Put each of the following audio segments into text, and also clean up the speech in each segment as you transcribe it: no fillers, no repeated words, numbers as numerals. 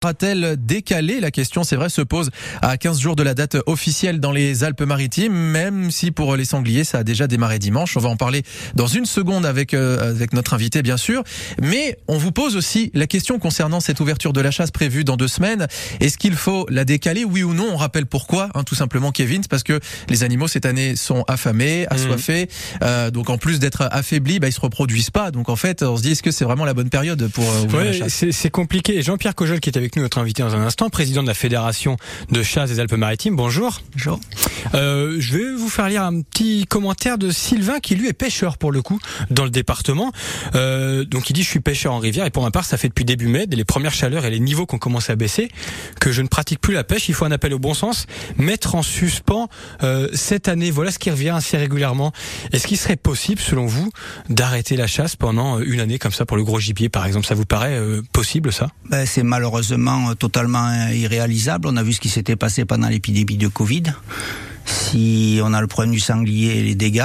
Sera-t-elle décalée ? La question, c'est vrai, se pose à 15 jours de la date officielle dans les Alpes-Maritimes, même si pour les sangliers, ça a déjà démarré dimanche. On va en parler dans une seconde avec notre invité, bien sûr. Mais on vous pose aussi la question concernant cette ouverture de la chasse prévue dans 2 semaines. Est-ce qu'il faut la décaler, oui ou non ? On rappelle pourquoi, tout simplement, Kevin, c'est parce que les animaux cette année sont affamés, assoiffés. Donc en plus d'être affaiblis, ils se reproduisent pas. Donc en fait, on se dit, est-ce que c'est vraiment la bonne période pour ouvrir la chasse ? C'est compliqué. Et Jean-Pierre Cojol, qui est avec nous, notre invité dans un instant, président de la Fédération de chasse des Alpes-Maritimes. Bonjour. Bonjour. Je vais vous faire lire un petit commentaire de Sylvain, qui lui est pêcheur pour le coup, dans le département. Donc il dit, je suis pêcheur en rivière et pour ma part, ça fait depuis début mai, dès les premières chaleurs et les niveaux qui ont commencé à baisser, que je ne pratique plus la pêche. Il faut un appel au bon sens, mettre en suspens cette année. Voilà ce qui revient assez régulièrement. Est-ce qu'il serait possible, selon vous, d'arrêter la chasse pendant une année comme ça pour le gros gibier, par exemple ? Ça vous paraît possible, ça ? C'est malheureusement totalement irréalisable. On a vu ce qui s'était passé pendant l'épidémie de Covid. Si on a le problème du sanglier et les dégâts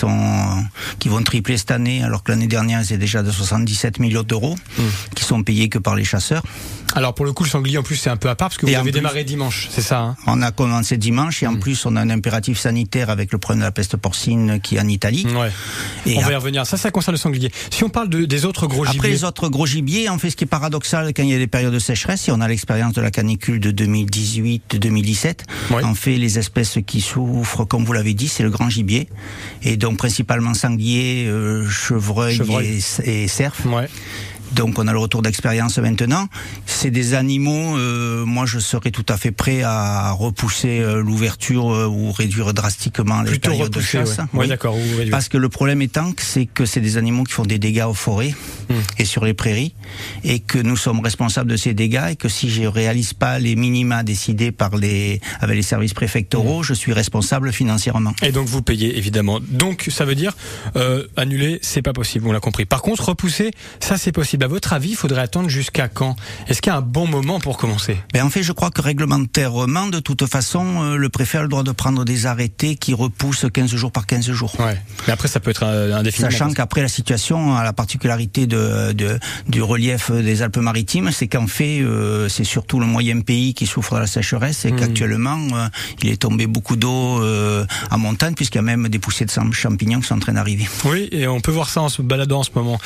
qui vont tripler cette année, alors que l'année dernière c'est déjà de 77 millions d'euros qui sont payés que par les chasseurs. Alors pour le coup le sanglier en plus c'est un peu à part parce que vous avez démarré dimanche, c'est ça hein ? On a commencé dimanche et en plus on a un impératif sanitaire avec le problème de la peste porcine qui est en Italie. Ouais. Et on va y revenir. Ça concerne le sanglier. Si on parle des autres gros gibiers. Après les autres gros gibiers, en fait ce qui est paradoxal quand il y a des périodes de sécheresse, et on a l'expérience de la canicule de 2018-2017, en fait les espèces qui souffrent, comme vous l'avez dit, c'est le grand gibier. Et donc principalement sanglier, chevreuil. Et cerf. Ouais. Donc on a le retour d'expérience maintenant. C'est des animaux, moi je serais tout à fait prêt à repousser l'ouverture ou réduire drastiquement les périodes de chasse. Ouais. Oui, d'accord. Parce que le problème étant c'est que c'est des animaux qui font des dégâts aux forêts et sur les prairies, et que nous sommes responsables de ces dégâts, et que si je réalise pas les minima décidés avec les services préfectoraux, je suis responsable financièrement. Et donc vous payez évidemment. Donc ça veut dire annuler, c'est pas possible, on l'a compris. Par contre repousser, ça c'est possible. À votre avis, il faudrait attendre jusqu'à quand ? Est-ce qu'il y a un bon moment pour commencer ? En fait, je crois que réglementairement, de toute façon, le préfet a le droit de prendre des arrêtés qui repoussent 15 jours par 15 jours. Ouais. Mais après, ça peut être indéfiniment. Sachant qu'après, la situation a la particularité du relief des Alpes-Maritimes, c'est qu'en fait, c'est surtout le moyen pays qui souffre de la sécheresse, et qu'actuellement, il est tombé beaucoup d'eau en montagne, puisqu'il y a même des poussées de champignons qui sont en train d'arriver. Oui, et on peut voir ça en se baladant en ce moment.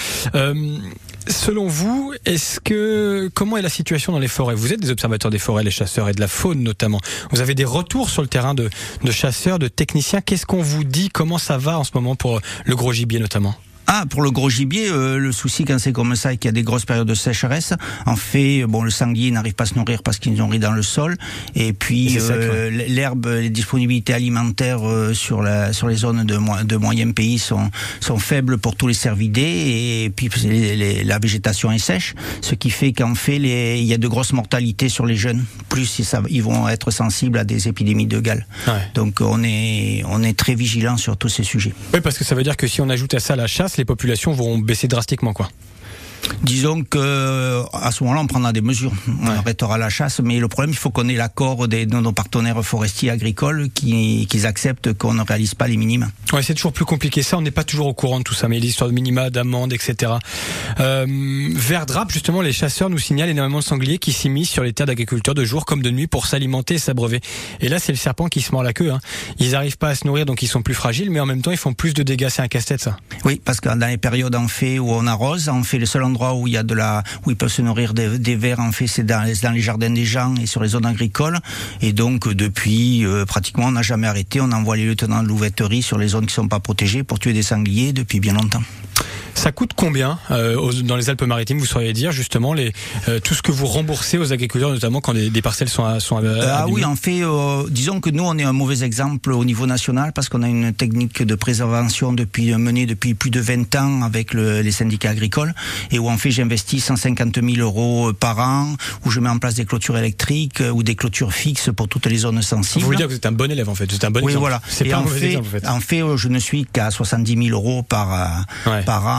Selon vous, comment est la situation dans les forêts ? Vous êtes des observateurs des forêts, les chasseurs, et de la faune notamment. Vous avez des retours sur le terrain de chasseurs, de techniciens. Qu'est-ce qu'on vous dit ? Comment ça va en ce moment pour le gros gibier notamment ? Pour le gros gibier, le souci quand c'est comme ça et qu'il y a des grosses périodes de sécheresse, en fait, le sanglier n'arrive pas à se nourrir parce qu'il nourrit dans le sol, et puis l'herbe, les disponibilités alimentaires sur les zones de moyen pays sont faibles pour tous les cervidés, et puis la végétation est sèche, ce qui fait qu'en fait il y a de grosses mortalités sur les jeunes. Plus ils vont être sensibles à des épidémies de Gale. Ouais. Donc on est très vigilant sur tous ces sujets. Oui, parce que ça veut dire que si on ajoute à ça la chasse, les populations vont baisser drastiquement, quoi. Disons que à ce moment-là, on prendra des mesures. On arrêtera la chasse, mais le problème, il faut qu'on ait l'accord de nos partenaires forestiers agricoles qu'ils acceptent qu'on ne réalise pas les minima. Ouais, c'est toujours plus compliqué. Ça, on n'est pas toujours au courant de tout ça, mais l'histoire de minima, d'amendes, etc. Verdrap, justement, les chasseurs nous signalent énormément de sangliers qui s'immiscent sur les terres d'agriculteurs de jour comme de nuit pour s'alimenter et s'abreuver. Et là, c'est le serpent qui se mord la queue. Ils n'arrivent pas à se nourrir, donc ils sont plus fragiles, mais en même temps, ils font plus de dégâts. C'est un casse-tête, ça. Oui, parce que dans les périodes en fait où on arrose, on fait le seul endroit où où ils peuvent se nourrir des vers, en fait, c'est dans les jardins des gens et sur les zones agricoles. Et donc, depuis, pratiquement, on n'a jamais arrêté. On envoie les lieutenants de louveterie sur les zones qui ne sont pas protégées pour tuer des sangliers depuis bien longtemps. Ça coûte combien dans les Alpes-Maritimes, vous sauriez dire justement tout ce que vous remboursez aux agriculteurs, notamment quand des parcelles sont oui, en fait, disons que nous on est un mauvais exemple au niveau national parce qu'on a une technique de préservation menée depuis plus de 20 ans avec les syndicats agricoles, et où en fait j'investis 150 000 euros par an, où je mets en place des clôtures électriques ou des clôtures fixes pour toutes les zones sensibles. Vous voulez dire que vous êtes un bon élève en fait, vous êtes un bon exemple. Voilà. C'est pas un mauvais exemple en fait. En fait, je ne suis qu'à 70 000 euros par an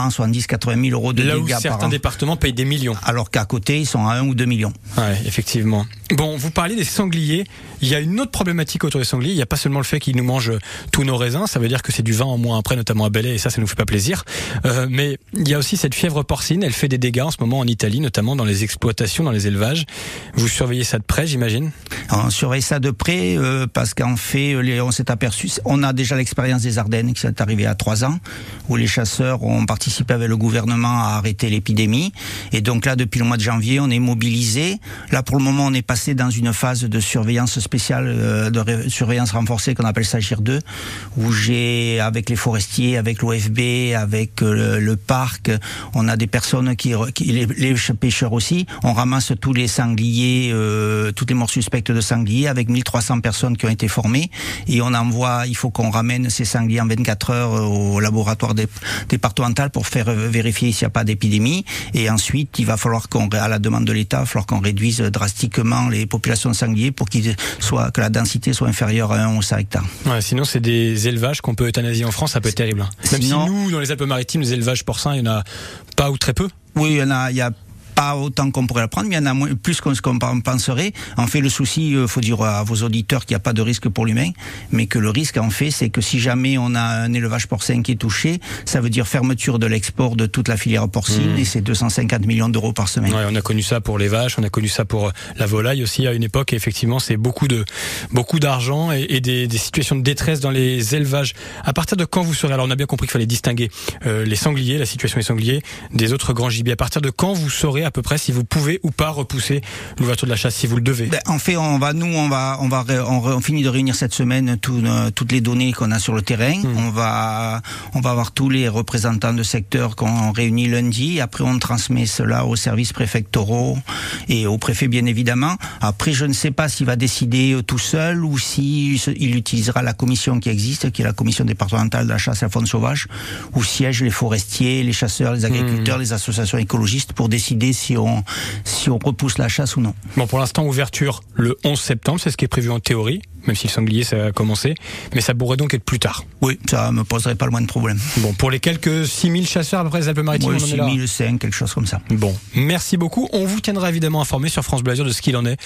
facilement 70-80 000 euros de dégâts par an. Là où certains départements payent des millions. Alors qu'à côté, ils sont à 1 ou 2 millions. Ouais, effectivement. Bon, vous parliez des sangliers. Il y a une autre problématique autour des sangliers. Il n'y a pas seulement le fait qu'ils nous mangent tous nos raisins. Ça veut dire que c'est du vin en moins après, notamment à Belley, et ça nous fait pas plaisir. Mais il y a aussi cette fièvre porcine. Elle fait des dégâts en ce moment en Italie, notamment dans les exploitations, dans les élevages. Vous surveillez ça de près, j'imagine? On surveille ça de près parce qu'en fait, on s'est aperçu. On a déjà l'expérience des Ardennes qui est arrivée à 3 ans, où les chasseurs ont participé avec le gouvernement à arrêter l'épidémie. Et donc là, depuis le mois de janvier, on est mobilisé. Là, pour le moment, on est passé dans une phase de surveillance spéciale, de surveillance renforcée qu'on appelle SAGIR 2, où j'ai, avec les forestiers, avec l'OFB, avec le parc, on a des personnes les pêcheurs aussi, on ramasse tous les sangliers, toutes les morts suspectes de sangliers, avec 1300 personnes qui ont été formées, et on envoie, il faut qu'on ramène ces sangliers en 24 heures au laboratoire départemental pour faire vérifier s'il n'y a pas d'épidémie, et ensuite, il va falloir à la demande de l'État, il va falloir qu'on réduise drastiquement les populations de sangliers pour que la densité soit inférieure à 1 ou 5 hectares. Ouais, sinon, c'est des élevages qu'on peut euthanasier en France, ça peut être terrible. Même si nous, dans les Alpes-Maritimes, les élevages porcins, il y en a pas ou très peu. Oui, il y a pas autant qu'on pourrait le prendre, mais il y en a plus qu'on penserait. En fait, le souci, faut dire à vos auditeurs qu'il n'y a pas de risque pour l'humain, mais que le risque, en fait, c'est que si jamais on a un élevage porcin qui est touché, ça veut dire fermeture de l'export de toute la filière porcine, et c'est 250 millions d'euros par semaine. Ouais, on a connu ça pour les vaches, on a connu ça pour la volaille aussi à une époque, et effectivement, c'est beaucoup d'argent et des situations de détresse dans les élevages. À partir de quand vous saurez, alors on a bien compris qu'il fallait distinguer les sangliers, la situation des sangliers, des autres grands gibiers. À partir de quand vous saurez à peu près si vous pouvez ou pas repousser l'ouverture de la chasse, si vous le devez? En fait, on finit de réunir cette semaine toutes les données qu'on a sur le terrain. On va avoir tous les représentants de secteur qu'on réunit lundi. Après, on transmet cela aux services préfectoraux et au préfet, bien évidemment. Après, je ne sais pas s'il va décider tout seul ou il utilisera la commission qui existe, qui est la commission départementale de la chasse et la faune sauvage, où siègent les forestiers, les chasseurs, les agriculteurs, les associations écologistes, pour décider si on repousse la chasse ou non. Bon, pour l'instant, ouverture le 11 septembre, c'est ce qui est prévu en théorie, même si le sanglier, ça a commencé, mais ça pourrait donc être plus tard. Oui, ça me poserait pas le moins de problème. Bon, pour les quelques 6000 chasseurs à peu près des Alpes-Maritimes, oui, on en est là. 6005, quelque chose comme ça. Bon, merci beaucoup. On vous tiendra évidemment informé sur France Bleu Azur de ce qu'il en est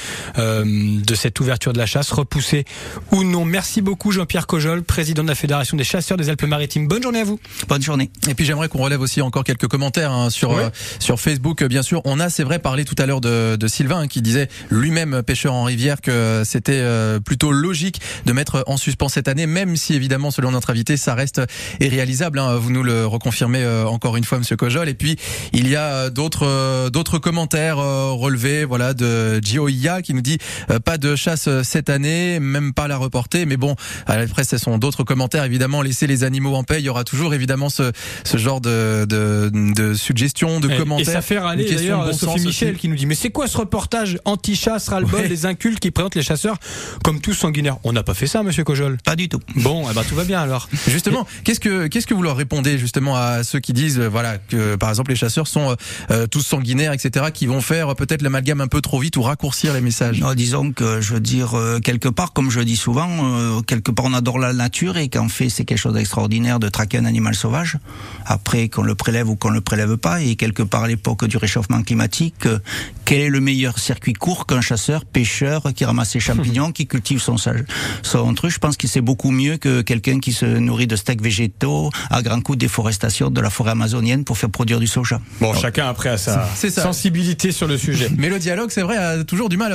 de cette ouverture de la chasse, repoussée ou non. Merci beaucoup Jean-Pierre Cojol, président de la Fédération des chasseurs des Alpes-Maritimes. Bonne journée à vous. Bonne journée. Et puis j'aimerais qu'on relève aussi encore quelques commentaires sur Facebook, bien sûr. On a, c'est vrai, parlé tout à l'heure de Sylvain qui disait lui-même, pêcheur en rivière, que c'était plutôt logique de mettre en suspens cette année, même si évidemment, selon notre invité, ça reste irréalisable. Vous nous le reconfirmez encore une fois, Monsieur Cojol. Et puis il y a d'autres commentaires relevés, voilà, de Gioia qui nous dit pas de chasse cette année, même pas la reporter. Mais bon, après ce sont d'autres commentaires. Évidemment, laisser les animaux en paix. Il y aura toujours évidemment ce genre de suggestions, de commentaires. Et ça fait râler d'ailleurs Sophie Michel qui nous dit mais c'est quoi ce reportage anti-chasse, ras-le-bol, des incultes qui présentent les chasseurs comme tous sanguinaires? On n'a pas fait ça, Monsieur Cojol. Pas du tout. Bon, tout va bien alors. Justement, qu'est-ce que vous leur répondez justement à ceux qui disent voilà que par exemple les chasseurs sont tous sanguinaires, etc., qui vont faire peut-être l'amalgame un peu trop vite ou raccourcir les messages? Non, disons que je veux dire quelque part, comme je le dis souvent, quelque part on adore la nature et qu'en fait c'est quelque chose d'extraordinaire de traquer un animal sauvage. Après qu'on le prélève ou qu'on le prélève pas, et quelque part à l'époque du réchauffement climatique, quel est le meilleur circuit court qu'un chasseur pêcheur qui ramasse ses champignons, qui cultive son truc? Je pense que c'est beaucoup mieux que quelqu'un qui se nourrit de steaks végétaux à grands coups de déforestation de la forêt amazonienne pour faire produire du soja. Bon, chacun après a sa sensibilité sur le sujet. Mais le dialogue, c'est vrai, a toujours du mal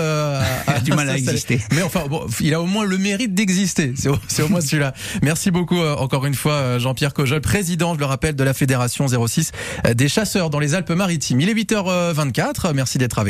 à exister. Mais enfin, bon, il a au moins le mérite d'exister. C'est au moins celui-là. Merci beaucoup encore une fois Jean-Pierre Cojol, président, je le rappelle, de la Fédération 06 des chasseurs dans les Alpes-Maritimes. Il est 8h24. Merci d'être avec nous.